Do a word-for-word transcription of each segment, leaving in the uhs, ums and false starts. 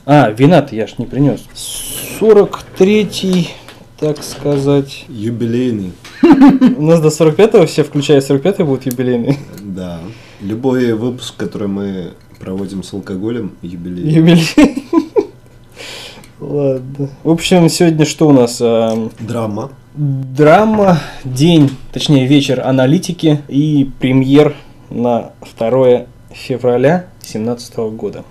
А, вина-то я ж не принес. сорок третий, так сказать. Юбилейный. У нас до сорок пятого все, включая сорок пятый, будут юбилейные. Да. Любой выпуск, который мы проводим с алкоголем, юбилей. Юбилей. Ладно. В общем, сегодня что у нас? Драма. Драма, день, точнее вечер аналитики и премьер на второе февраля две тысячи семнадцатого года.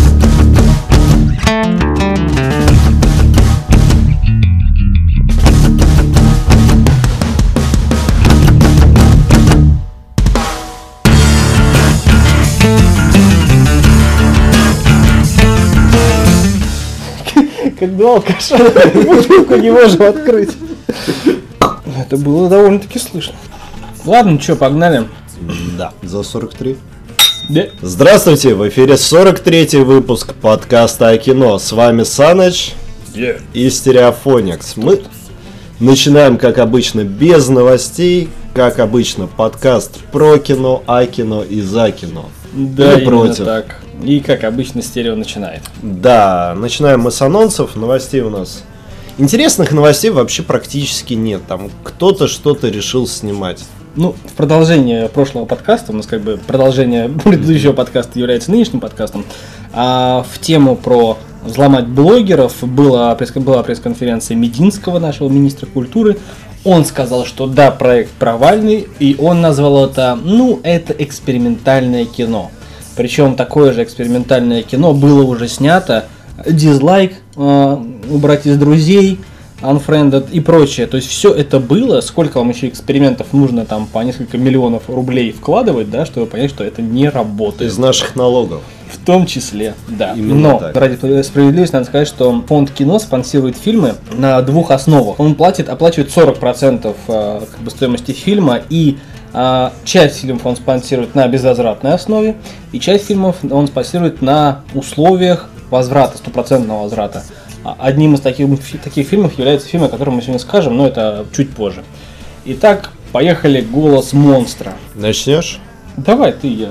Как два алкаша, бутылку не можем открыть. Это было довольно-таки слышно. Ладно, что, погнали? Да. За сорок три. Да. Здравствуйте, в эфире сорок третий выпуск подкаста о кино. С вами Саныч yeah. и Стереофоникс. Мы начинаем, как обычно, без новостей. Как обычно, подкаст про кино, о кино и за кино. Да, именно против. Так. И как обычно, Стерео начинает. Да, начинаем мы с анонсов. Новостей у нас... Интересных новостей вообще практически нет. Там кто-то что-то решил снимать. Ну, в продолжение прошлого подкаста, у нас как бы продолжение предыдущего подкаста является нынешним подкастом. А в тему про взломать блогеров была, была пресс-конференция Мединского, нашего министра культуры. Он сказал, что да, проект провальный, и он назвал это, ну, это экспериментальное кино. Причем такое же экспериментальное кино было уже снято. Дизлайк, э, убрать из друзей, unfriended и прочее. То есть все это было. Сколько вам еще экспериментов нужно там по несколько миллионов рублей вкладывать, да, чтобы понять, что это не работает. Из наших налогов. В том числе, да. Именно Но так. Ради справедливости надо сказать, что фонд кино спонсирует фильмы на двух основах. Он платит, оплачивает сорок процентов э, как бы, стоимости фильма, и э, часть фильмов он спонсирует на безвозвратной основе, и часть фильмов он спонсирует на условиях возврата, стопроцентного возврата. Одним из таких, таких фильмов является фильм, о котором мы сегодня скажем, но это чуть позже. Итак, поехали. «Голос монстра». Начнешь? Давай, ты, я.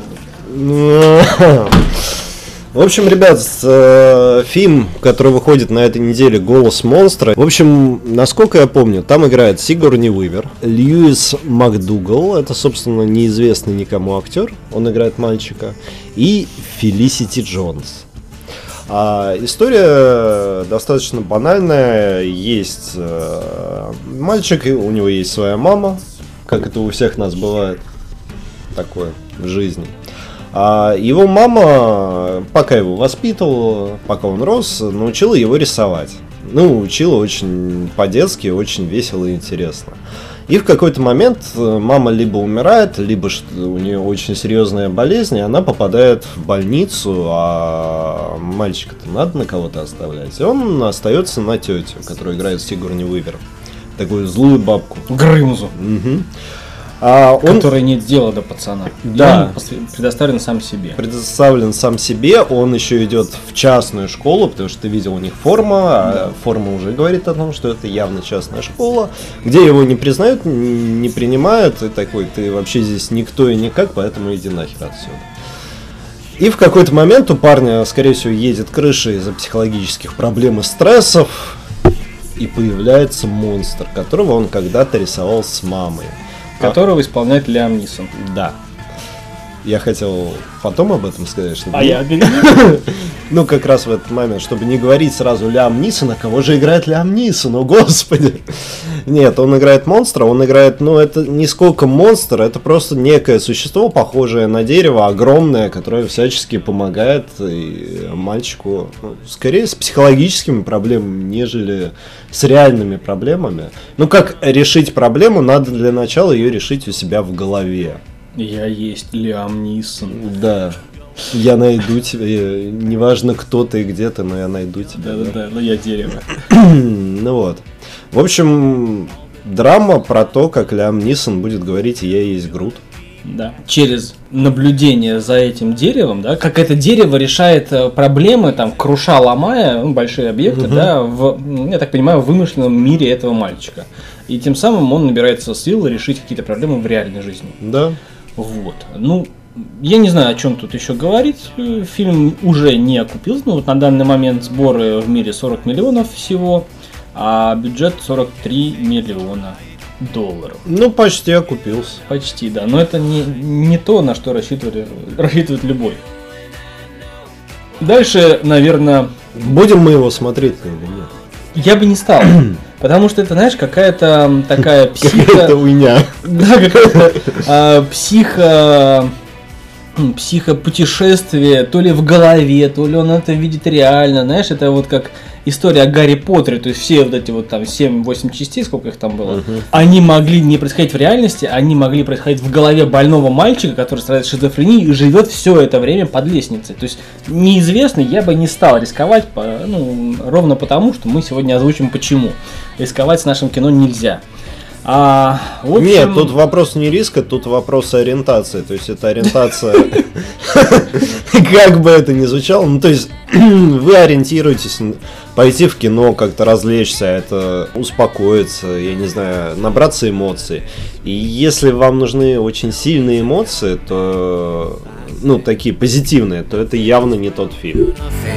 В общем, ребят, фильм, который выходит на этой неделе, «Голос монстра». В общем, насколько я помню, там играет Сигурни Уивер, Льюис МакДугал, это, собственно, неизвестный никому актер, он играет мальчика, и Фелисити Джонс. А история достаточно банальная. Есть э, мальчик, у него есть своя мама, как это у всех нас бывает такое в жизни. А его мама, пока его воспитывала, пока он рос, научила его рисовать. Ну, учила очень по-детски, очень весело и интересно. И в какой-то момент мама либо умирает, либо у нее очень серьезная болезнь, и она попадает в больницу, а мальчика-то надо на кого-то оставлять. И он остается на тетю, которая играет Сигурни Уивер. Такую злую бабку. Грымзу. Угу. А он... Которой нет дела до пацана. Да. И он предоставлен сам себе. Предоставлен сам себе. Он еще идет в частную школу, потому что ты видел у них форма. Да. А форма уже говорит о том, что это явно частная школа, где его не признают, не принимают. И такой, ты вообще здесь никто и никак, поэтому иди нахер отсюда. И в какой-то момент у парня, скорее всего, едет крыша из-за психологических проблем и стрессов. И появляется монстр, которого он когда-то рисовал с мамой. Которого исполняет Лиам Нисон. Да. Я хотел потом об этом сказать, чтобы... А я Ну, как раз в этот момент, чтобы не говорить сразу Лиам Нисон, а кого же играет Лиам Нисон, о господи. Нет, он играет монстра, он играет, ну, это не сколько монстр, это просто некое существо, похожее на дерево, огромное, которое всячески помогает и мальчику, ну, скорее с психологическими проблемами, нежели с реальными проблемами. Ну, как решить проблему, надо для начала ее решить у себя в голове. Я есть Лиам Нисон. Да. Я найду тебя, неважно кто ты и где ты, но я найду тебя. Да-да-да, но я дерево. Ну вот. В общем, драма про то, как Лиам Нисон будет говорить «Я есть Грут». Да. Через наблюдение за этим деревом, да, как это дерево решает проблемы, там, круша, ломая, ну, большие объекты, угу. да, в, я так понимаю, в вымышленном мире этого мальчика. И тем самым он набирается сил решить какие-то проблемы в реальной жизни. Да. Вот. Ну, Я не знаю, о чем тут еще говорить. Фильм уже не окупился. Ну, вот на данный момент сборы в мире сорок миллионов всего, а бюджет сорок три миллиона долларов. Ну, почти окупился. Почти, да. Но это не, не то, на что рассчитывает, рассчитывает любой. Дальше, наверное... Будем мы его смотреть или нет? Я бы не стал. Потому что это, знаешь, какая-то такая психо... Какая-то уйня. Да, какая-то а, психо... психопутешествие, то ли в голове, то ли он это видит реально, знаешь, это вот как история о Гарри Поттере, то есть все вот эти вот там семь-восемь частей, сколько их там было, uh-huh. они могли не происходить в реальности, они могли происходить в голове больного мальчика, который страдает шизофренией и живет все это время под лестницей. То есть неизвестно, я бы не стал рисковать, по, ну, ровно потому, что мы сегодня озвучим почему. Рисковать с нашим кино нельзя. А, в общем... Нет, тут вопрос не риска, тут вопрос ориентации. То есть это ориентация, как бы это ни звучало, ну то есть вы ориентируетесь пойти в кино, как-то развлечься, это успокоиться, я не знаю, набраться эмоций. И если вам нужны очень сильные эмоции, то, ну такие позитивные, то это явно не тот фильм.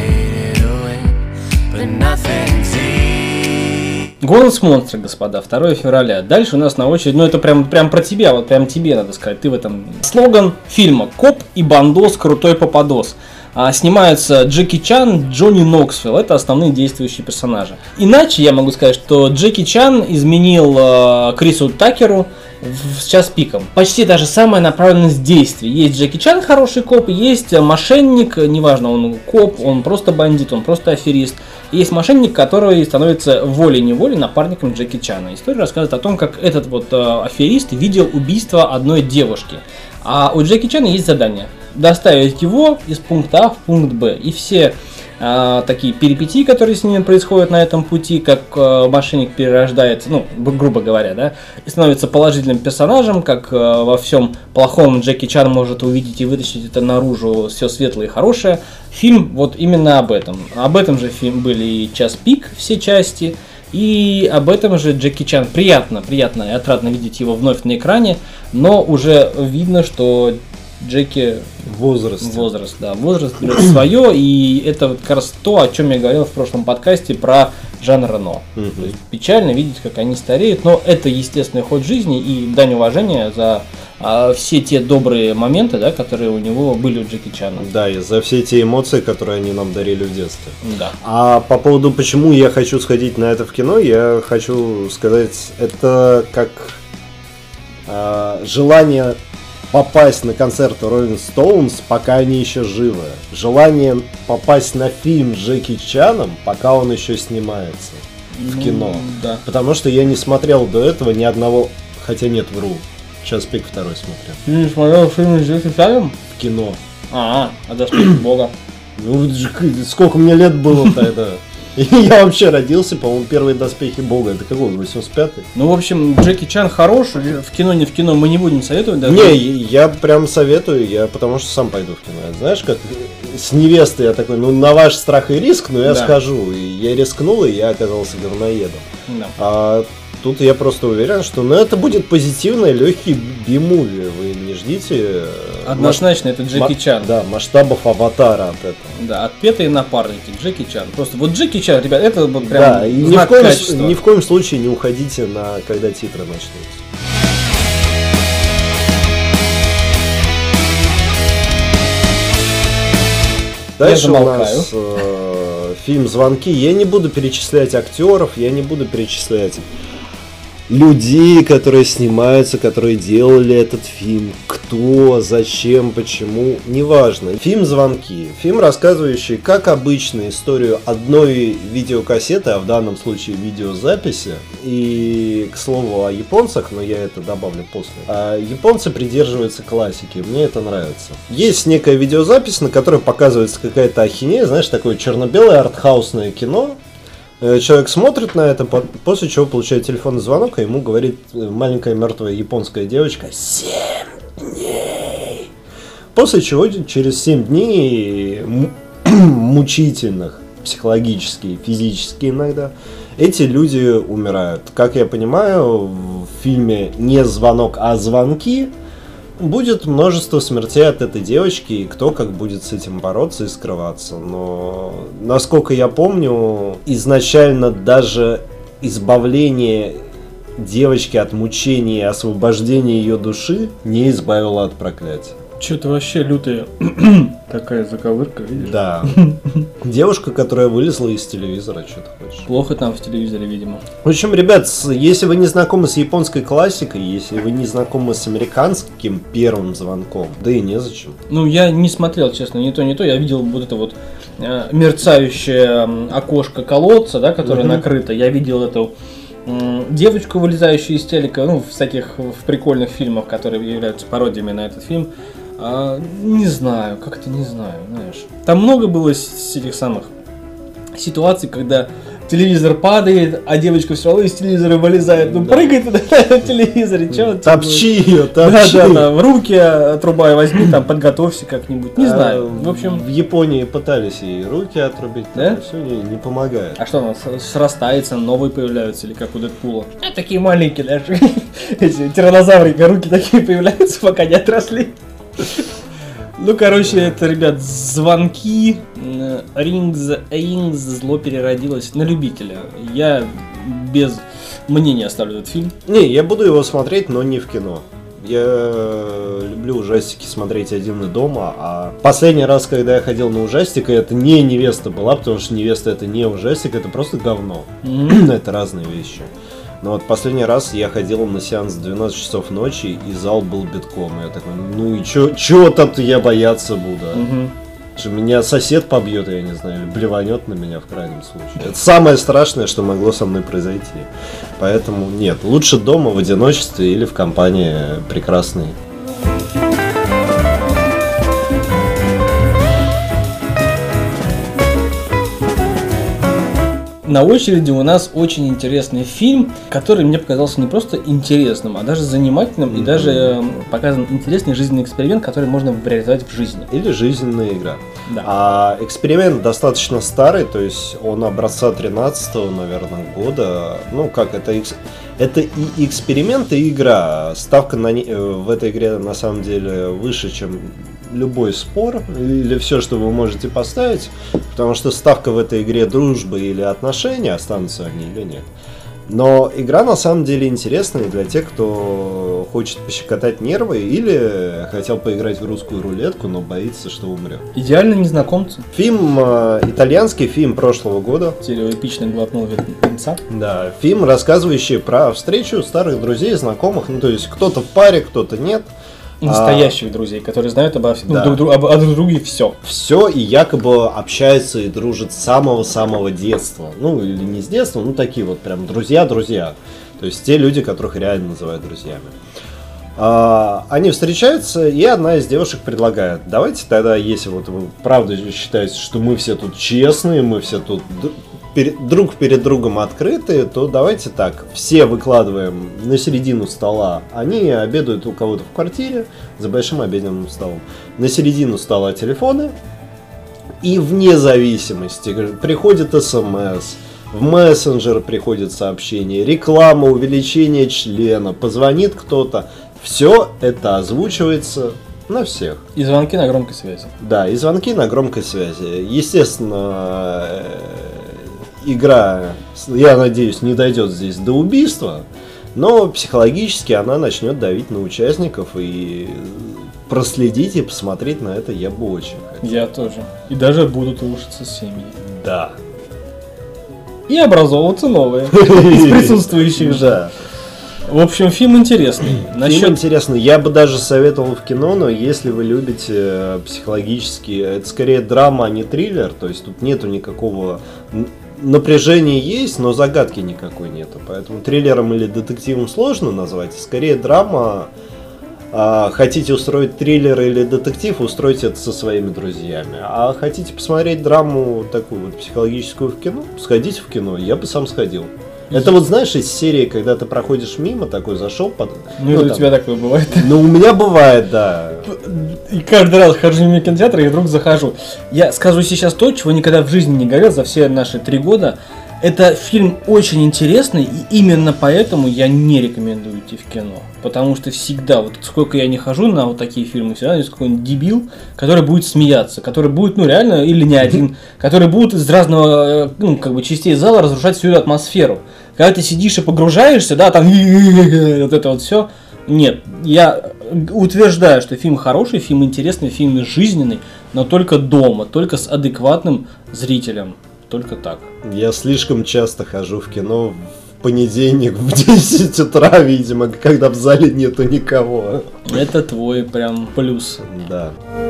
«Голос монстра», господа, второго февраля. Дальше у нас на очереди, ну это прям, прям про тебя, вот прям тебе надо сказать, ты в этом. Слоган фильма: «Коп и бандос, крутой попадос». А, снимаются Джеки Чан, Джонни Ноксвилл, это основные действующие персонажи. Иначе я могу сказать, что Джеки Чан изменил э, Крису Такеру в «Час пиком». Почти та же самая направленность действий. Есть Джеки Чан, хороший коп, есть мошенник, неважно, он коп, он просто бандит, он просто аферист. Есть мошенник, который становится волей-неволей напарником Джеки Чана. История рассказывает о том, как этот вот э, аферист видел убийство одной девушки. А у Джеки Чана есть задание: доставить его из пункта А в пункт Б. И все э, такие перипетии, которые с ним происходят на этом пути, как э, мошенник перерождается, ну, грубо говоря, да, и становится положительным персонажем, как э, во всем плохом Джеки Чан может увидеть и вытащить это наружу все светлое и хорошее. Фильм вот именно об этом. Об этом же фильм были и «Час пик», все части, и об этом же Джеки Чан. Приятно, приятно и отрадно видеть его вновь на экране, но уже видно, что Джеки возраст, возраст, да, возраст берет свое, и это вот как раз то, о чем я говорил в прошлом подкасте про Жан Рено. Mm-hmm. То есть печально видеть, как они стареют, но это естественный ход жизни и дань уважения за а, все те добрые моменты, да, которые у него были у Джеки Чана. Да, и за все те эмоции, которые они нам дарили в детстве. Да. А по поводу, почему я хочу сходить на это в кино, я хочу сказать, это как а, желание попасть на концерт Rolling Stones, пока они еще живы. Желание попасть на фильм с Джеки Чаном, пока он еще снимается в кино. Ну, да. Потому что я не смотрел до этого ни одного, хотя нет, вру, «Час пик» второй смотрел. Ты не смотрел фильм с Джеки Чаном? В кино. А, а «Доспехи Бога». Ну, сколько мне лет было тогда? Я вообще родился, по-моему, первые «Доспехи Бога». Это какой, восемьдесят пятый? Ну, в общем, Джеки Чан хорош, в кино, не в кино мы не будем советовать. Даже. Не, я прям советую, я потому что сам пойду в кино. Знаешь, как с невестой я такой, ну, на ваш страх и риск, но я да. схожу. И я рискнул, и я оказался говноедом. Да. А тут я просто уверен, что ну, это будет позитивный, легкий би-муви. Вы не ждите... Однозначно, это Джеки ма- Чан. Да, масштабов «Аватара» от этого. Да, отпетые напарники, Джеки Чан. Просто вот Джеки Чан, ребят, это вот прям да, и ни в, коем, качества. ни в коем случае не уходите, на, когда титры начнутся. Дальше у нас э, фильм «Звонки». Я не буду перечислять актеров, я не буду перечислять людей, которые снимаются, которые делали этот фильм, кто, зачем, почему, неважно. Фильм «Звонки». Фильм, рассказывающий, как обычно, историю одной видеокассеты, а в данном случае видеозаписи. И, к слову, о японцах, но я это добавлю после. А японцы придерживаются классики, мне это нравится. Есть некая видеозапись, на которой показывается какая-то ахинея, знаешь, такое черно-белое артхаусное кино. Человек смотрит на это, после чего получает телефонный звонок, и ему говорит маленькая мертвая японская девочка «семь дней». После чего через семь дней мучительных, психологически, физически иногда, эти люди умирают. Как я понимаю, в фильме не «Звонок», а «Звонки» будет множество смертей от этой девочки, и кто как будет с этим бороться и скрываться. Но, насколько я помню, изначально даже избавление девочки от мучений и освобождение ее души не избавило от проклятия. Что-то вообще лютая такая заковырка, видишь? Да. Девушка, которая вылезла из телевизора, что ты хочешь. Плохо там в телевизоре, видимо. В общем, ребят, если вы не знакомы с японской классикой, если вы не знакомы с американским первым звонком, да и незачем. Ну, я не смотрел, честно, ни то, ни то. Я видел вот это вот э, мерцающее окошко колодца, да, которое угу. накрыто. Я видел эту э, девочку, вылезающую из телека, ну, в всяких в прикольных фильмах, которые являются пародиями на этот фильм. А, не знаю, как-то не знаю, знаешь. Там много было с этих самых ситуаций, когда телевизор падает, а девочка все равно из телевизора вылезает. Ну, да. Прыгай туда на телевизоре, что? Топчи ее, топчи. Да, да, да, в руки отрубай, возьми, там, подготовься как-нибудь. Не а, знаю, в общем... В Японии пытались ей руки отрубить, да? Все не, не помогает. А что, она срастается, новые появляются, или как у Дэдпула? А, такие маленькие даже. Эти тираннозаврики, руки такие появляются, пока не отросли. Ну, короче, это, ребят, звонки, Rings, Rings, зло переродилось на любителя. Я без мнения оставлю этот фильм. Не, я буду его смотреть, но не в кино. Я люблю ужастики смотреть один и дома, а последний раз, когда я ходил на ужастик, это не невеста была, потому что невеста это не ужастик, это просто говно. Mm-hmm. Это разные вещи. Но вот последний раз я ходил на сеанс в двенадцать часов ночи, и зал был битком. И я такой, ну и чё, чё там-то я бояться буду? Угу. Что меня сосед побьет, я не знаю, или блеванет на меня в крайнем случае. Это самое страшное, что могло со мной произойти. Поэтому нет, лучше дома в одиночестве или в компании прекрасной. На очереди у нас очень интересный фильм, который мне показался не просто интересным, а даже занимательным, mm-hmm. и даже э, показан интересный жизненный эксперимент, который можно реализовать в жизни. Или жизненная игра. Да. А эксперимент достаточно старый, то есть он образца тринадцатого, наверное, года. Ну, как это... Это и эксперимент, и игра. Ставка на не... в этой игре на самом деле выше, чем любой спор или все, что вы можете поставить, потому что ставка в этой игре дружбы или отношения, останутся они или нет. Но игра на самом деле интересная для тех, кто хочет пощекотать нервы или хотел поиграть в русскую рулетку, но боится, что умрет. Идеально незнакомцы. Фильм, э, итальянский фильм прошлого года. Стереотипично глотнул винца. Да, фильм, рассказывающий про встречу старых друзей, знакомых, ну то есть кто-то в паре, кто-то нет. Настоящих а, друзей, которые знают обо, да. ну, друг, об, о друг друге все. Все, и якобы общаются и дружат с самого-самого детства. Ну, или не с детства, ну, такие вот прям друзья-друзья. То есть те люди, которых реально называют друзьями. А, они встречаются, и одна из девушек предлагает: давайте тогда, если вот вы правда считаете, что мы все тут честные, мы все тут друг перед другом открытые, то давайте так, все выкладываем на середину стола. Они обедают у кого-то в квартире за большим обеденным столом. На середину стола телефоны, и вне зависимости приходит смс, в мессенджер приходит сообщение, реклама, увеличение члена, позвонит кто-то. Все это озвучивается на всех. И звонки на громкой связи. Да, и звонки на громкой связи. Естественно, игра, я надеюсь, не дойдет здесь до убийства, но психологически она начнет давить на участников, и проследить и посмотреть на это я бы очень хотел. Я тоже. И даже будут рушиться семьи. Да. И образовываться новые из присутствующих. Да. В общем, фильм интересный. Насчет... Фильм интересный. Я бы даже советовал в кино, но если вы любите психологически, это скорее драма, а не триллер, то есть тут нету никакого... Напряжение есть, но загадки никакой нету. Поэтому триллером или детективом сложно назвать. Скорее драма. А, хотите устроить триллер или детектив, устройте это со своими друзьями. А хотите посмотреть драму такую вот психологическую в кино, сходите в кино. Я бы сам сходил. Это вот, знаешь, из серии, когда ты проходишь мимо, такой зашел под... Ну, ну у тебя такое бывает. Ну, у меня бывает, да. И каждый раз хожу мимо кинотеатра и вдруг захожу. Я скажу сейчас то, чего никогда в жизни не говорил за все наши три года. Это фильм очень интересный, и именно поэтому я не рекомендую идти в кино. Потому что всегда, вот сколько я не хожу на вот такие фильмы, всегда есть какой-нибудь дебил, который будет смеяться, который будет, ну реально, или не один, который будет из разного, ну, как бы, частей зала разрушать всю эту атмосферу. Когда ты сидишь и погружаешься, да, там вот это вот все. Нет, я утверждаю, что фильм хороший, фильм интересный, фильм жизненный, но только дома, только с адекватным зрителем. Только так. Я слишком часто хожу в кино в понедельник в десять утра, видимо, когда в зале нету никого. Это твой прям плюс. Да.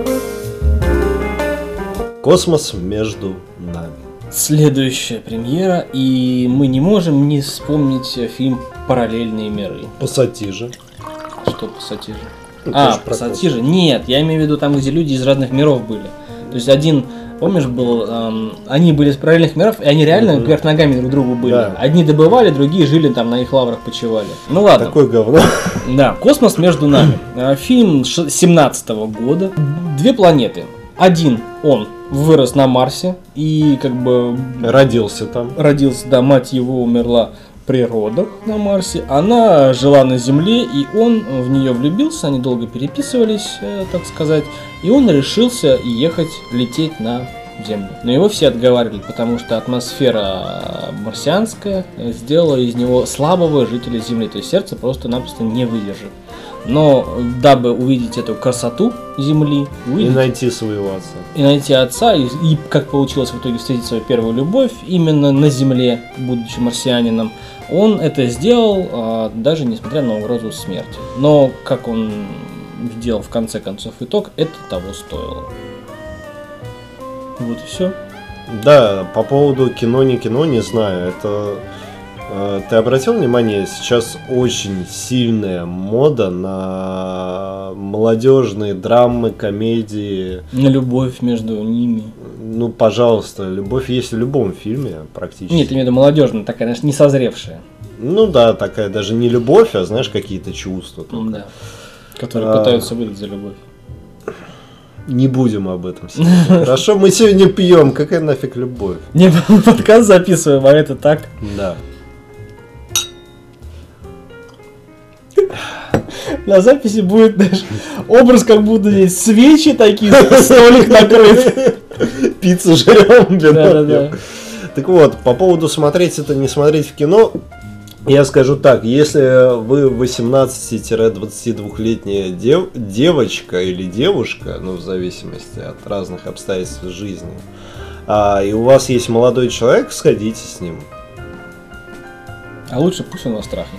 Космос между нами. Следующая премьера, и мы не можем не вспомнить фильм «Параллельные миры». Пассатижи. Что пассатижи? Ну, а, пассатижи? Нет, я имею в виду там, где люди из разных миров были. То есть один... Помнишь, был, эм, они были из параллельных миров, и они реально вверх mm-hmm. ногами друг другу были. Да. Одни добывали, другие жили там, на их лаврах почивали. Ну ладно. Такое говно. Да, «Космос между нами». Фильм семнадцатого года. Две планеты. Один, он вырос на Марсе и как бы... Родился там. Родился, да, мать его умерла при родах на Марсе. Она жила на Земле, и он в нее влюбился, они долго переписывались, так сказать, и он решился ехать, лететь на Землю. Но его все отговаривали, потому что атмосфера марсианская сделала из него слабого жителя Земли, то есть сердце просто-напросто не выдержит. Но дабы увидеть эту красоту Земли, увидеть, и найти своего отца, и найти отца, и, и как получилось в итоге встретить свою первую любовь именно на Земле, будучи марсианином, он это сделал, а, даже несмотря на угрозу смерти. Но как он сделал в конце концов итог, это того стоило. Вот и все. Да, по поводу кино не кино, не знаю. Это э, ты обратил внимание, сейчас очень сильная мода на молодежные драмы, комедии. На любовь между ними. Ну, пожалуйста, любовь есть в любом фильме практически. Нет, имею в виду молодежная, такая, знаешь, не созревшая. Ну да, такая даже не любовь, а знаешь, какие-то чувства. Только. Да. Которые а... пытаются выдать за любовь. Не будем об этом сегодня. Хорошо, мы сегодня пьем. Какая нафиг любовь? Не, подкаст записываем, а это так. Да. На записи будет даже образ, как будто здесь свечи такие, столик накрыт. Пиццу жрем, блин. Да, да, да. Так вот, по поводу смотреть это, не смотреть в кино, я скажу так, если вы восемнадцати-двадцатидвухлетняя дев, девочка или девушка, ну в зависимости от разных обстоятельств жизни, а, и у вас есть молодой человек, сходите с ним. А лучше пусть он вас трахнет.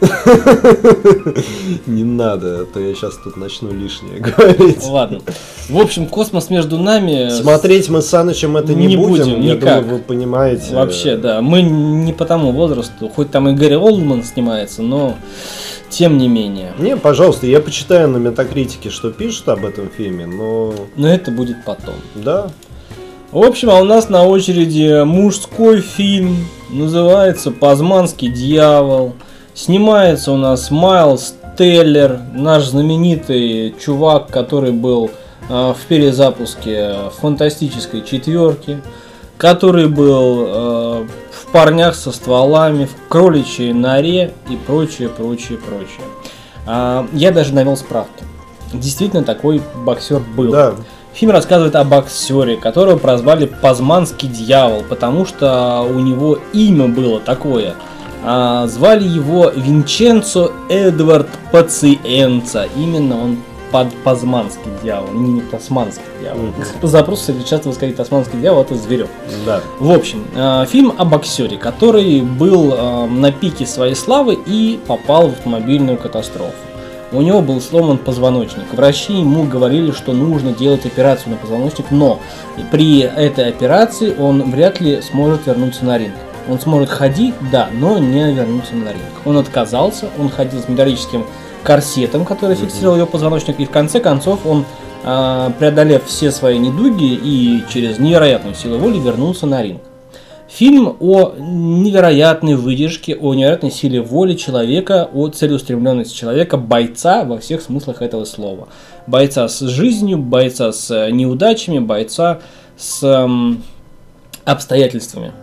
Не надо, а то я сейчас тут начну лишнее говорить. Ладно. В общем, «Космос между нами». Смотреть мы с Санычем это не, не будем, будем я никак. Думаю, вы понимаете. Вообще, да. Мы не по тому возрасту. Хоть там и Гэри Олдман снимается, но тем не менее. Не, пожалуйста, я почитаю на Метакритике, что пишут об этом фильме, но... Но это будет потом. Да. В общем, а у нас на очереди мужской фильм. Называется «Пазманский дьявол». Снимается у нас Майлз Теллер, наш знаменитый чувак, который был э, в перезапуске фантастической четверки, который был э, в парнях со стволами, в кроличьей норе и прочее, прочее, прочее. Э, я даже навел справки. Действительно, такой боксер был. Да. Фильм рассказывает о боксере, которого прозвали Пазманский дьявол, потому что у него имя было такое. А, звали его Винченцо Эдвард Пациенца. Именно он под Пазманский дьявол, не тасманский дьявол. Mm-hmm. Запрос, если часто вы скажете тасманский дьявол, это зверек. Да. В общем, э, фильм о боксере, который был э, на пике своей славы и попал в автомобильную катастрофу. У него был сломан позвоночник. Врачи ему говорили, что нужно делать операцию на позвоночник, но при этой операции он вряд ли сможет вернуться на ринг. Он сможет ходить, да, но не вернуться на ринг. Он отказался, он ходил с металлическим корсетом, который фиксировал его позвоночник, и в конце концов он, э, преодолев все свои недуги и через невероятную силу воли, вернулся на ринг. Фильм о невероятной выдержке, о невероятной силе воли человека, о целеустремленности человека, бойца во всех смыслах этого слова. Бойца с жизнью, бойца с неудачами, бойца с эм, обстоятельствами.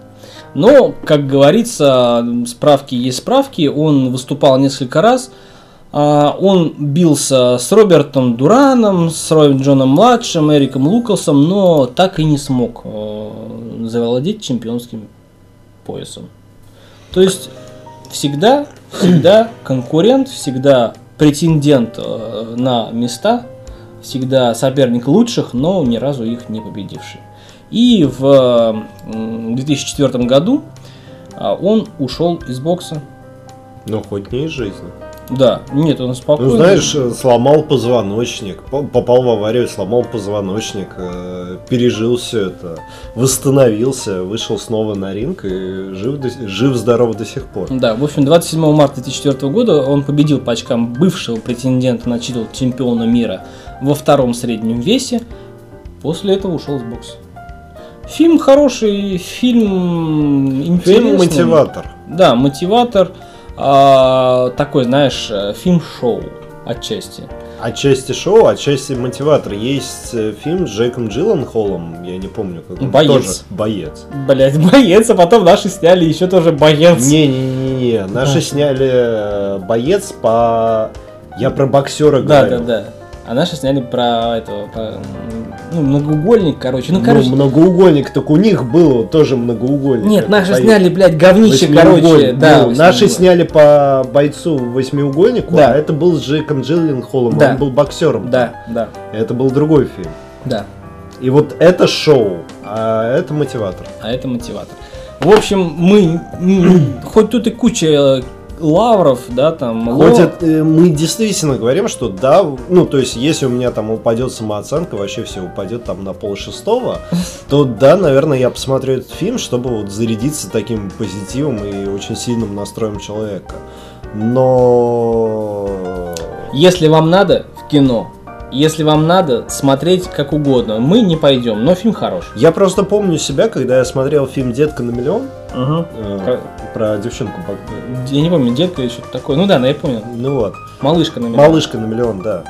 Но, как говорится, справки есть справки, он выступал несколько раз. Он бился с Робертом Дураном, с Роем Джоном-младшим, Эриком Лукасом, но так и не смог завладеть чемпионским поясом. То есть всегда, всегда конкурент, всегда претендент на места, всегда соперник лучших, но ни разу их не победивший. И в две тысячи четвёртом году он ушел из бокса. Ну, хоть не из жизни. Да, нет, он спокойно. Ну, знаешь, сломал позвоночник, попал в аварию, сломал позвоночник, пережил все это, восстановился, вышел снова на ринг и жив-здоров до сих пор. Да, в общем, двадцать седьмого марта две тысячи четвёртого года он победил по очкам бывшего претендента на титул чемпиона мира во втором среднем весе. После этого ушел из бокса. Фильм хороший, фильм интересный. Фильм мотиватор. Да, мотиватор. А, такой, знаешь, фильм-шоу отчасти. Отчасти шоу, отчасти мотиватор. Есть фильм с Джейком Джилленхолом, я не помню, как он. Боец. Тоже боец. Блять, боец, а потом наши сняли еще тоже боец. Не-не-не, наши а. сняли боец по... Я про боксера да, говорю. Да, да, да. А наши сняли про этого, про, ну, многоугольник, короче. Ну, ну, короче. многоугольник, так у них был тоже многоугольник. Нет, наши боец. Сняли, блядь, говнище, короче. Да, ну, наши сняли по бойцу восьмиугольнику, да. А это был с Джейком Джилленхолом, да. Он был боксером. Да, да. Это был другой фильм. Да. И вот это шоу, а это мотиватор. А это мотиватор. В общем, мы, хоть тут и куча лавров, да, там. Хоть это, мы действительно говорим, что да, ну, то есть, если у меня там упадет самооценка, вообще все упадет там на пол шестого, то да, наверное, я посмотрю этот фильм, чтобы вот зарядиться таким позитивом и очень сильным настроем человека. Но... Если вам надо в кино, если вам надо смотреть как угодно, мы не пойдем, но фильм хороший. Я просто помню себя, когда я смотрел фильм «Детка на миллион», угу. э, про девчонку. Я не помню, детка или что-то такое. Ну да, но я помню. Ну вот. Малышка на миллион. Малышка на миллион, да.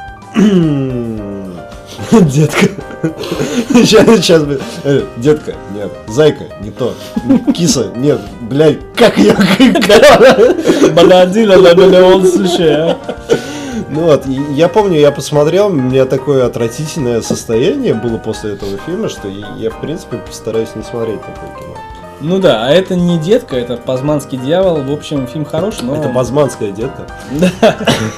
Детка. Сейчас, сейчас, детка, нет. Зайка, не то. Киса, нет. Блядь, как я... Банадила на миллион, слушай, а. Ну вот, я помню, я посмотрел, у меня такое отвратительное состояние было после этого фильма, что я, в принципе, постараюсь не смотреть такое кино. Ну да, а это не детка, это «Пазманский дьявол». В общем, фильм хороший, но... Это «Пазманская детка». Да.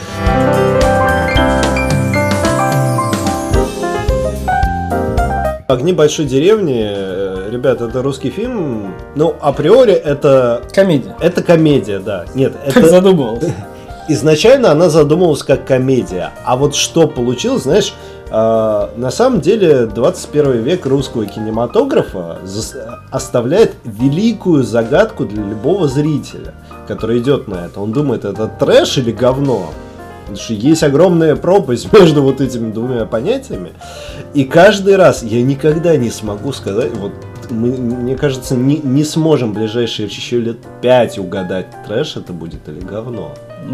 «Огни большой деревни», ребят, это русский фильм. Ну, априори это... Комедия. Это комедия, да. Нет, это... Как задумывалась. Изначально она задумывалась как комедия. А вот что получилось, знаешь... Uh, на самом деле двадцать первый век русского кинематографа оставляет великую загадку для любого зрителя, который идет на это. Он думает, это трэш или говно? Потому что есть огромная пропасть между вот этими двумя понятиями. И каждый раз я никогда не смогу сказать, вот мы, мне кажется, не, не сможем в ближайшие еще лет пять угадать, трэш это будет или говно.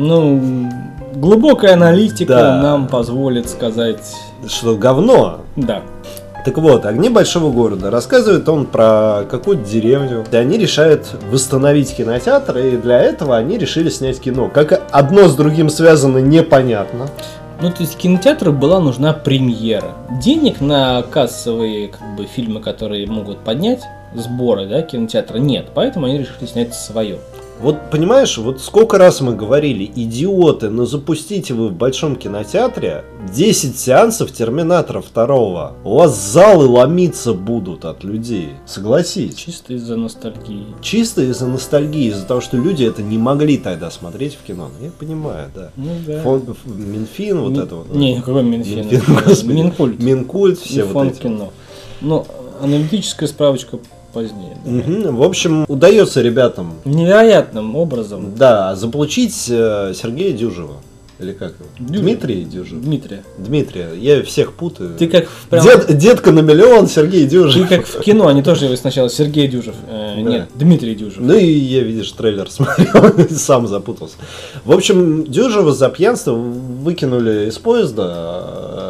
Ну, глубокая аналитика да. нам позволит сказать... Что говно. Да. Так вот, «Огни большого города». Рассказывает он про какую-то деревню. И они решают восстановить кинотеатр, и для этого они решили снять кино. Как одно с другим связано, непонятно. Ну, то есть кинотеатру была нужна премьера. Денег на кассовые как бы, фильмы, которые могут поднять сборы, да, кинотеатра нет. Поэтому они решили снять свое. Вот понимаешь, вот сколько раз мы говорили, идиоты, но запустите вы в большом кинотеатре десять сеансов Терминатора второго. У вас залы ломиться будут от людей. Согласись. Чисто из-за ностальгии. Чисто из-за ностальгии, из-за того, что люди это не могли тогда смотреть в кино. Я понимаю, да. Ну да. Фон, Минфин, вот Ми... это вот. Не, какой Минфин? Минфин Минкульт. Минкульт, все вот Фонд эти. кино. Ну, аналитическая справочка позднее. Да. Угу. В общем, удается ребятам невероятным образом. Да, заполучить э, Сергея Дюжева. Или как его? Дюжев. Дмитрий Дюжев. Дмитрия. Дмитрия. Я всех путаю. Ты как прям... Дед, детка на миллион, Сергей Дюжев. Ты как в кино, они тоже его сначала Сергей Дюжев. Э, да. Нет, Дмитрий Дюжев. Ну и я, видишь, трейлер смотрел, сам запутался. В общем, Дюжева за пьянство выкинули из поезда,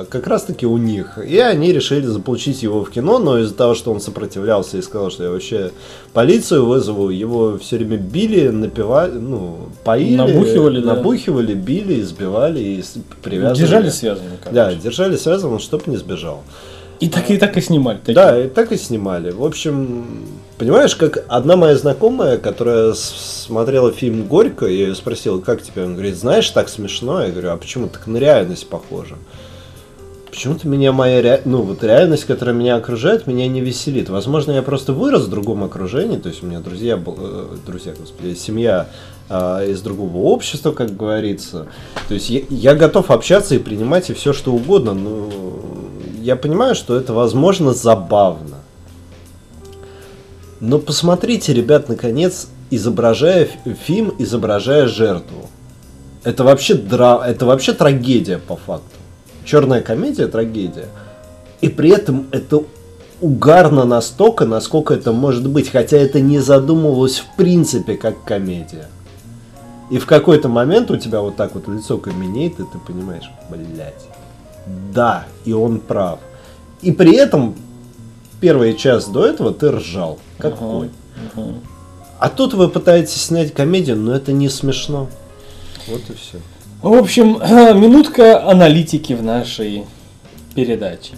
как раз таки у них. И они решили заполучить его в кино, но из-за того, что он сопротивлялся и сказал, что я вообще полицию вызову, его все время били, напивали, ну, поили, набухивали, набухивали да. били, избивали и привязывали. Держали связанным, короче. Да, держали связанным, чтобы не сбежал. И так, и так и снимали. Такие. Да, и так и снимали. В общем, понимаешь, как одна моя знакомая, которая смотрела фильм «Горько», я ее спросил, как тебе? Он говорит, знаешь, так смешно. Я говорю, а почему так на реальность похоже? Почему-то меня моя ре... ну, вот реальность, которая меня окружает, меня не веселит. Возможно, я просто вырос в другом окружении, то есть у меня друзья, друзья, господи, семья э, из другого общества, как говорится. То есть я, я готов общаться и принимать и все, что угодно, но я понимаю, что это, возможно, забавно. Но посмотрите, ребят, наконец, изображая фильм, изображая жертву. Это вообще, дра... это вообще трагедия по факту. Черная комедия, трагедия. И при этом это угарно настолько, насколько это может быть. Хотя это не задумывалось в принципе как комедия. И в какой-то момент у тебя вот так вот лицо каменеет, и ты понимаешь, блядь. Да, и он прав. И при этом первый час до этого ты ржал, как uh-huh, конь. Uh-huh. А тут вы пытаетесь снять комедию, но это не смешно. Вот и все. В общем, минутка аналитики в нашей передаче.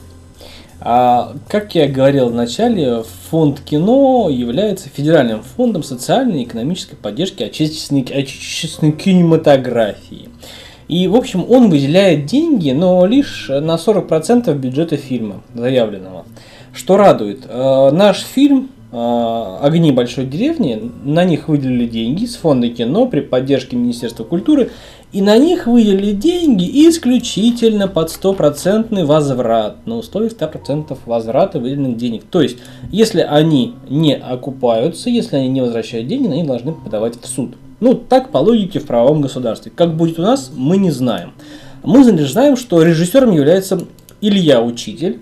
А, как я говорил в начале, фонд кино является федеральным фондом социальной и экономической поддержки отечественной, отечественной кинематографии. И, в общем, он выделяет деньги, но лишь на сорок процентов бюджета фильма заявленного. Что радует. Наш фильм «Огни большой деревни», на них выделили деньги с фонда кино при поддержке Министерства культуры. И на них выделили деньги исключительно под стопроцентный возврат, на условии ста процентов возврата выделенных денег. То есть, если они не окупаются, если они не возвращают деньги, они должны подавать в суд. Ну, так по логике в правовом государстве. Как будет у нас, мы не знаем. Мы лишь знаем, что режиссером является Илья Учитель,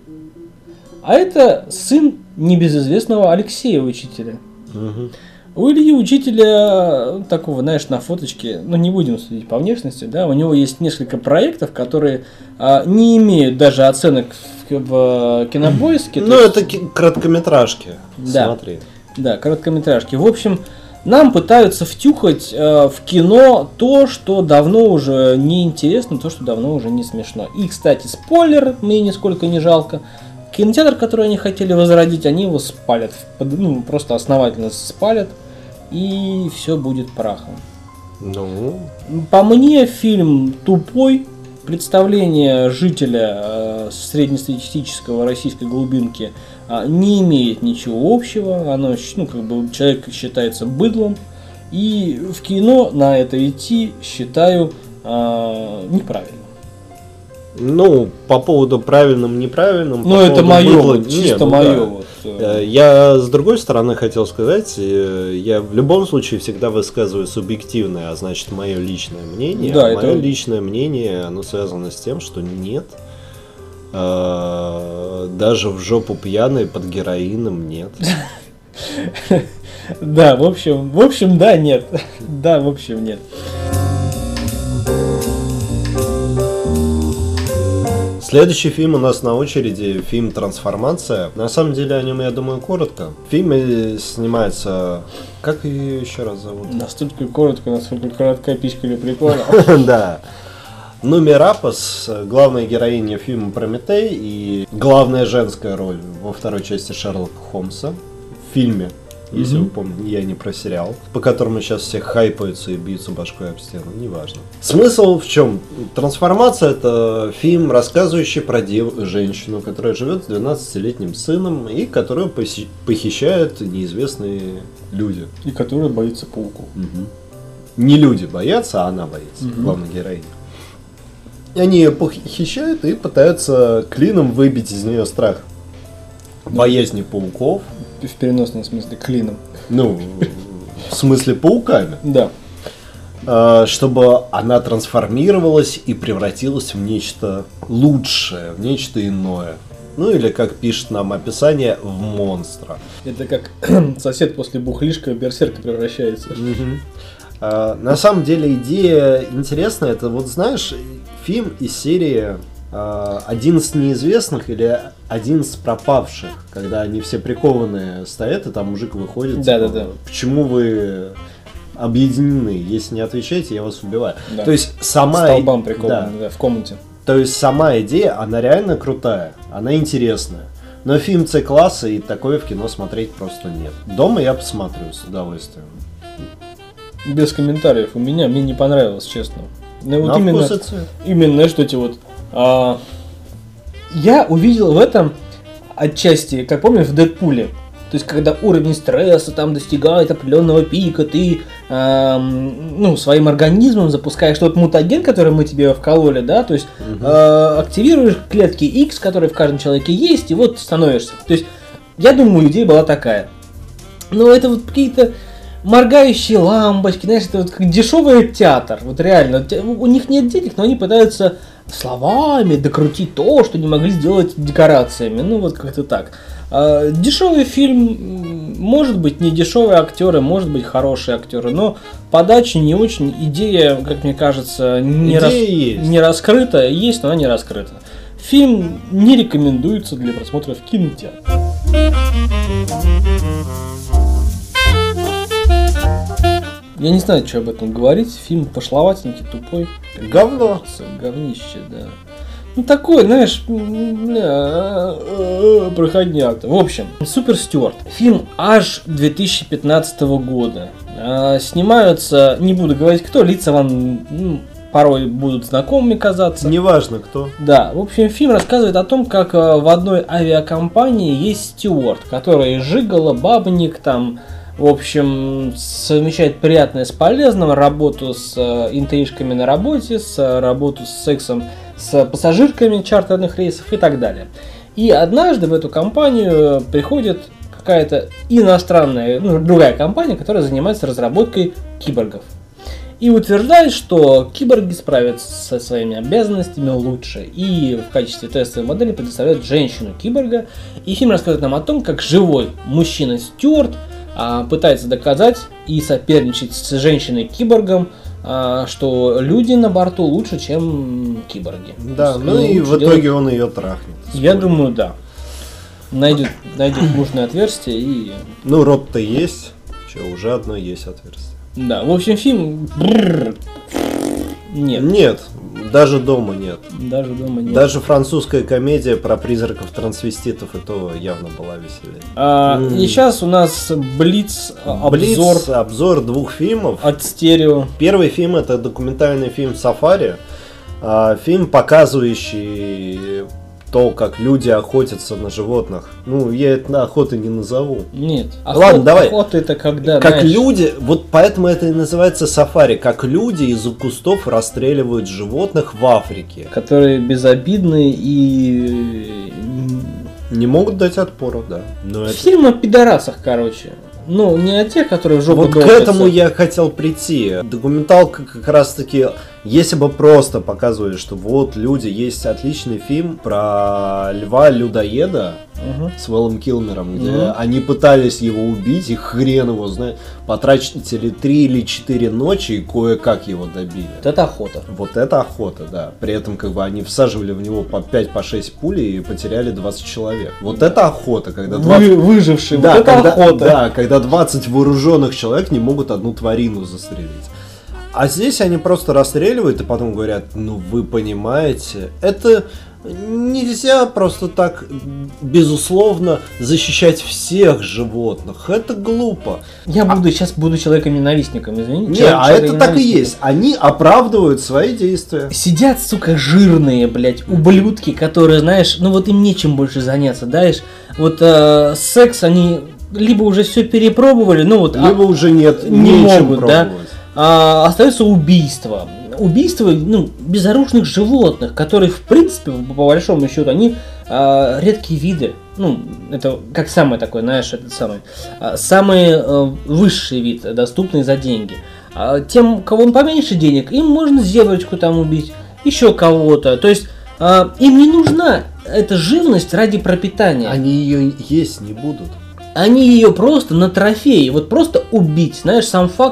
а это сын небезызвестного Алексея Учителя. Угу. У Ильи Учителя, такого, знаешь, на фоточке, ну не будем судить по внешности, да, у него есть несколько проектов, которые а, не имеют даже оценок в, в кинопоиске. Ну, это есть... короткометражки, да, смотри. Да, короткометражки. В общем, нам пытаются втюхать э, в кино то, что давно уже не интересно, то, что давно уже не смешно. И, кстати, спойлер, мне нисколько не жалко. Кинотеатр, который они хотели возродить, они его спалят, ну, просто основательно спалят, и все будет прахом. Ну. По мне, фильм тупой. Представление жителя э, среднестатистического российской глубинки э, не имеет ничего общего. Оно, ну, как бы, человек считается быдлом. И в кино на это идти считаю э, неправильно. Ну, по поводу правильным, неправильным. Ну, это мое, быдла... чисто Нет, ну, мое. Да. Вот. Я, с другой стороны, хотел сказать, я в любом случае всегда высказываю субъективное, а значит, мое личное мнение. Да, мое это... личное мнение, оно связано с тем, что нет. Даже в жопу пьяной под героином нет. Да, в общем, в общем, да, нет. Да, в общем, нет. Следующий фильм у нас на очереди, фильм «Трансформация». На самом деле о нем, я думаю, коротко. В фильме снимается... Как ее еще раз зовут? Настолько коротко, насколько короткая пичка или прикольно. Да. Нуми Рапас, главная героиня фильма «Прометей» и главная женская роль во второй части Шерлока Холмса в фильме. Если mm-hmm. вы помните, я не про сериал, по которому сейчас все хайпаются и бьются башкой об стену, неважно. Смысл в чем? «Трансформация» — это фильм, рассказывающий про дев... женщину, которая живет с двенадцатилетним сыном и которую поси... похищают неизвестные люди. И которая боится пауков. Угу. Не люди боятся, а она боится, mm-hmm. главная героиня. И они ее похищают и пытаются клином выбить из нее страх. Боязни пауков. В переносном смысле, клином. Ну, в смысле пауками. Да. Чтобы она трансформировалась и превратилась в нечто лучшее, в нечто иное. Ну или, как пишет нам описание, в монстра. Это как сосед после бухлишка в берсерка превращается. На самом деле идея интересная. Это вот, знаешь, фильм из серии э, одиннадцать неизвестных или одиннадцать пропавших, когда они все прикованные стоят, и там мужик выходит. Да, типа, да, да. Почему вы объединены? Если не отвечаете, я вас убиваю. Да. То есть сама... Столбам прикованы, да. да, в комнате. То есть сама идея, она реально крутая, она интересная. Но фильм С-класса и такое в кино смотреть просто нет. Дома я посмотрю с удовольствием. Без комментариев. У меня, мне не понравилось, честно. Ну, вот На именно, вкус и цвет. именно, знаешь, что эти вот... А, я увидел в этом отчасти, как помнишь, в Дэдпуле. То есть, когда уровень стресса там достигает определенного пика, ты эм, ну, своим организмом запускаешь тот мутаген, который мы тебе вкололи, да, то есть Угу. э, активируешь клетки X, которые в каждом человеке есть, и вот становишься. То есть, я думаю, идея была такая. Но это вот какие-то моргающие лампочки, знаешь, это вот как дешевый театр, вот реально. У них нет денег, но они пытаются словами докрутить то, что не могли сделать декорациями, ну вот как-то так. А, дешевый фильм, может быть, не дешевые актеры, может быть, хорошие актеры, но подача не очень, идея, как мне кажется, не, Идея рас... есть. не раскрыта, есть, но она не раскрыта. Фильм не рекомендуется для просмотра в кинотеатре. Я не знаю, что об этом говорить. Фильм пошловатенький, тупой. Говно. Говнище, да. Ну такой, знаешь, бля, проходняк. В общем, Супер Стюарт. Фильм аж две тысячи пятнадцатого года. А, снимаются, не буду говорить кто, лица вам ну, порой будут знакомыми казаться. Неважно кто. Да, в общем, фильм рассказывает о том, как а, в одной авиакомпании есть стюард, который жигало, бабник, там, в общем, совмещает приятное с полезным, работу с а, интрижками на работе, с а, работу с сексом с пассажирками чартерных рейсов и так далее. И однажды в эту компанию приходит какая-то иностранная, ну, другая компания, которая занимается разработкой киборгов. И утверждает, что киборги справятся со своими обязанностями лучше. И в качестве тестовой модели предоставляют женщину-киборга. И фильм рассказывает нам о том, как живой мужчина-стюард а, пытается доказать и соперничать с женщиной-киборгом, а, что люди на борту лучше, чем киборги. Да, То есть, ну и лучше в итоге делать- он ее трахнет. Я думаю, да. Найдет, найдет нужное отверстие и... Ну, рот-то есть. Че, уже одно есть отверстие. Да, в общем, фильм... бррр, Нет, Нет, даже дома нет. даже дома нет. Даже французская комедия про призраков-трансвеститов и то явно была веселее. А, М. И сейчас у нас Блиц обзор Блиц, обзор двух фильмов. от стерео. Первый фильм — это документальный фильм «Сафари». А, Фильм, показывающий то, как люди охотятся на животных. Ну, я это охотой не назову. Нет. Ладно, давай. Охота это когда, Как знаешь, люди, вот поэтому это и называется «Сафари», как люди из-за кустов расстреливают животных в Африке. которые безобидны и... Не могут дать отпора, да. Но это... Фильм о пидорасах, короче. Ну, не о тех, которые в жопу Вот к долбятся. этому я хотел прийти. Документалка как раз таки, если бы просто показывали, что вот люди, есть отличный фильм про льва-людоеда Мгм. с Вэллом Килмером, где Мгм. они пытались его убить, и хрен его знает, потратили три или четыре ночи и кое-как его добили. Вот это охота. Вот это охота, да. При этом как бы они всаживали в него по пять по шесть пулей и потеряли двадцать человек. Вот это охота, когда двадцать... Вы, выживший, Да, вот это когда, охота. да, когда двадцать вооруженных человек не могут одну тварину застрелить. А здесь они просто расстреливают и потом говорят, ну вы понимаете, это нельзя просто так, безусловно, защищать всех животных. Это глупо. Я буду сейчас буду человеком-ненавистником, извини. Не, Человек- а это так и человек-ненавистником. есть. Они оправдывают свои действия. Сидят, сука, жирные, блядь, ублюдки, которые, знаешь, ну вот им нечем больше заняться, знаешь. Вот э, секс они либо уже все перепробовали, ну вот... а- Либо уже нет, не нечем могут, да? пробовать. А, остается убийство. Убийство, ну, безоружных животных, которые, в принципе, по большому счету, они а, редкие виды. Ну, это как самый такой, знаешь, этот самый, а, самый а, высший вид, доступный за деньги. А, тем, кого поменьше денег, им можно зеброчку там убить, еще кого-то. То есть, а, им не нужна эта живность ради пропитания. Они ее есть не будут. Они ее просто на трофей, вот просто убить, знаешь, сам факт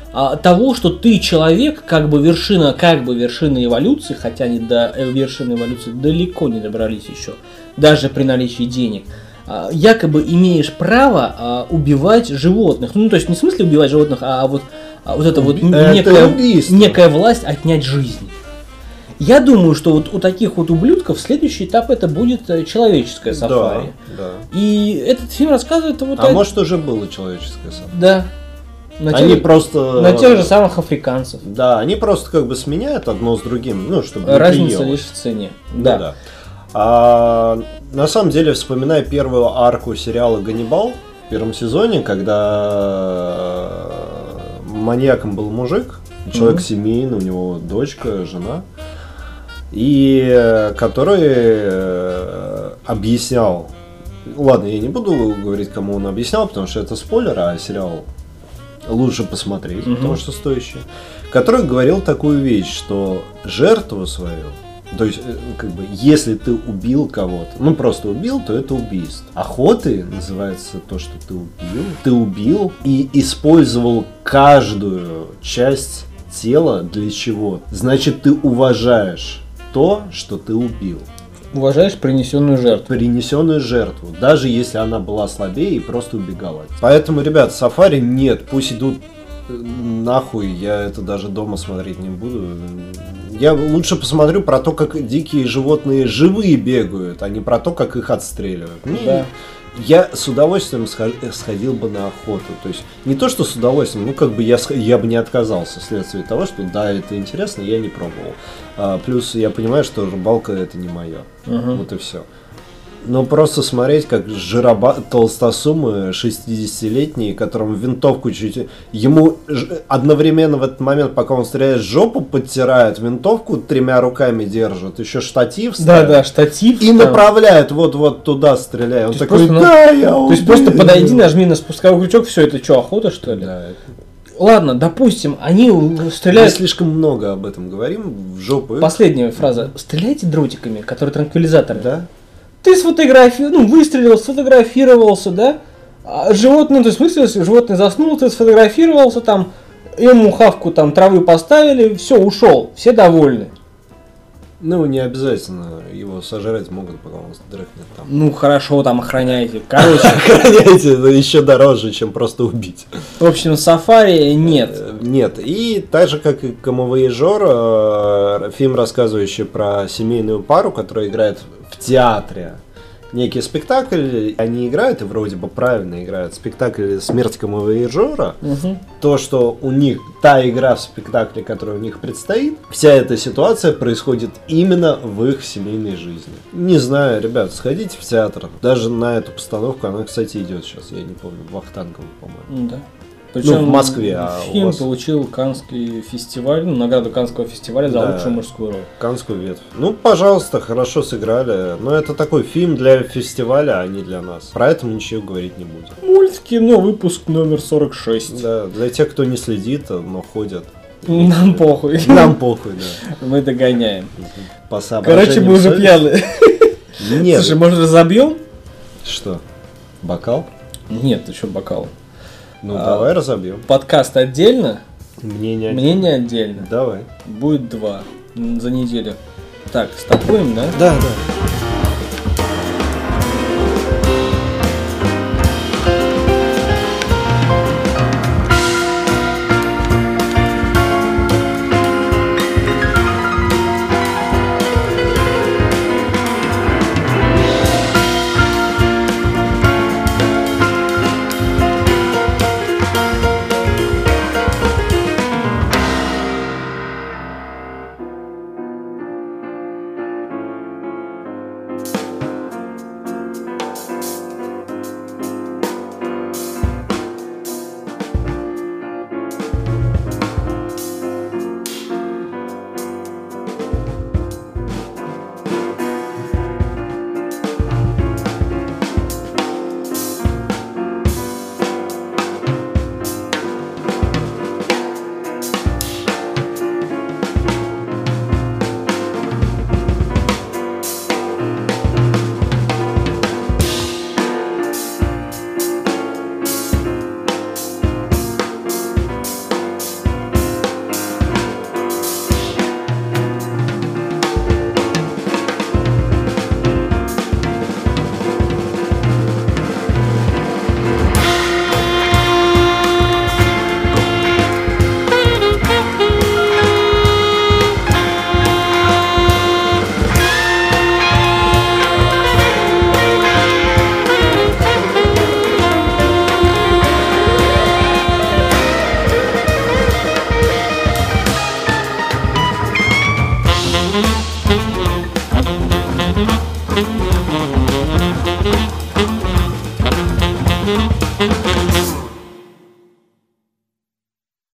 а, того, что ты человек, как бы вершина, как бы вершина эволюции, хотя они до вершины эволюции далеко не добрались еще, даже при наличии денег, а, якобы имеешь право а, убивать животных. Ну, то есть не в смысле убивать животных, а вот, а, вот это Уби... вот это некая, убийство. некая власть отнять жизнь. Я думаю, что вот у таких вот ублюдков следующий этап это будет человеческое сафари. Да, да. И этот фильм рассказывает вот А о... может уже было человеческое сафари? Да. На Они тех, просто... на тех же самых африканцев. Да, они просто как бы сменяют одно с другим, ну, чтобы не Разница приелось. лишь в цене. Ну, Да. да. А, на самом деле, вспоминая первую арку сериала «Ганнибал» в первом сезоне, когда маньяком был мужик, человек mm-hmm. семейный, у него дочка, жена, и который э, объяснял, ладно, я не буду говорить, кому он объяснял, потому что это спойлер, а сериал лучше посмотреть, mm-hmm. потому что стоящий, который говорил такую вещь, что жертву свою, то есть, как бы, если ты убил кого-то, ну просто убил, то это убийство. Охотой называется то, что ты убил. Ты убил и использовал каждую часть тела для чего? Значит, ты уважаешь то, что ты убил. Уважаешь принесенную жертву. Принесенную жертву, даже если она была слабее и просто убегала. Поэтому, ребят, сафари нет, пусть идут нахуй, я это даже дома смотреть не буду. Я лучше посмотрю про то, как дикие животные живые бегают, а не про то, как их отстреливают. Да. Я с удовольствием сходил бы на охоту. То есть не то, что с удовольствием, ну как бы я, я бы не отказался вследствие того, что да, это интересно, я не пробовал. А, плюс я понимаю, что рыбалка это не мое. Угу. Вот и все. Но просто смотреть, как жироба... толстосумы шестидесятилетние, которому винтовку чуть... Ему ж... одновременно в этот момент, пока он стреляет, жопу подтирают, винтовку тремя руками держат, еще штатив ставят. Да, да, штатив. И там... направляют, вот-вот туда стреляй. Он то такой, просто, да, ну... я То есть просто подойди, нажми на спусковой крючок, все, это что, охота, что ли? Да. Ладно, допустим, они стреляют... Мы слишком много об этом говорим, в жопу. Последняя фраза. Стреляйте дротиками, которые транквилизаторы. Да. Ты сфотографировал, ну, выстрелил, сфотографировался, да? А животное, то есть, в смысле, животное заснул, ты сфотографировался, там, ему хавку, там, травы поставили, все, ушел, все довольны. Ну, не обязательно его сожрать могут, пока он дрыхнет там. Ну, хорошо, там, охраняйте. Короче. Охраняйте, это еще дороже, чем просто убить. В общем, сафари нет. Нет. И так же, как и «Камовояжер», фильм, рассказывающий про семейную пару, которая играет в театре некий спектакль, они играют, и вроде бы правильно играют, спектакль «Смерть камовояжера», угу. То, что у них, та игра в спектакле, которая у них предстоит, вся эта ситуация происходит именно в их семейной жизни. Не знаю, ребят, сходите в театр, даже на эту постановку, она, кстати, идет сейчас, я не помню, в Вахтангово, по-моему. Да. Причем ну, в Москве. А фильм вас... получил Каннский фестиваль, ну, награду Каннского фестиваля за да, лучшую мужскую роль. Каннскую ветвь. Ну, пожалуйста, хорошо сыграли. Но это такой фильм для фестиваля, а не для нас. Про это мы ничего говорить не будем. Мультикино, выпуск номер сорок шесть. Да, для тех, кто не следит, но ходят. Нам похуй. Нам похуй, да. Мы догоняем. По Короче, мы уже пьяные. Нет. Слушай, может, разобьем? Что? Бокал? Нет, еще бокал. Ну, а, давай разобьем. Подкаст отдельно, мнение, мнение отдельно. Давай. Будет два за неделю. Так, стартуем, да? Да, да. Thank you.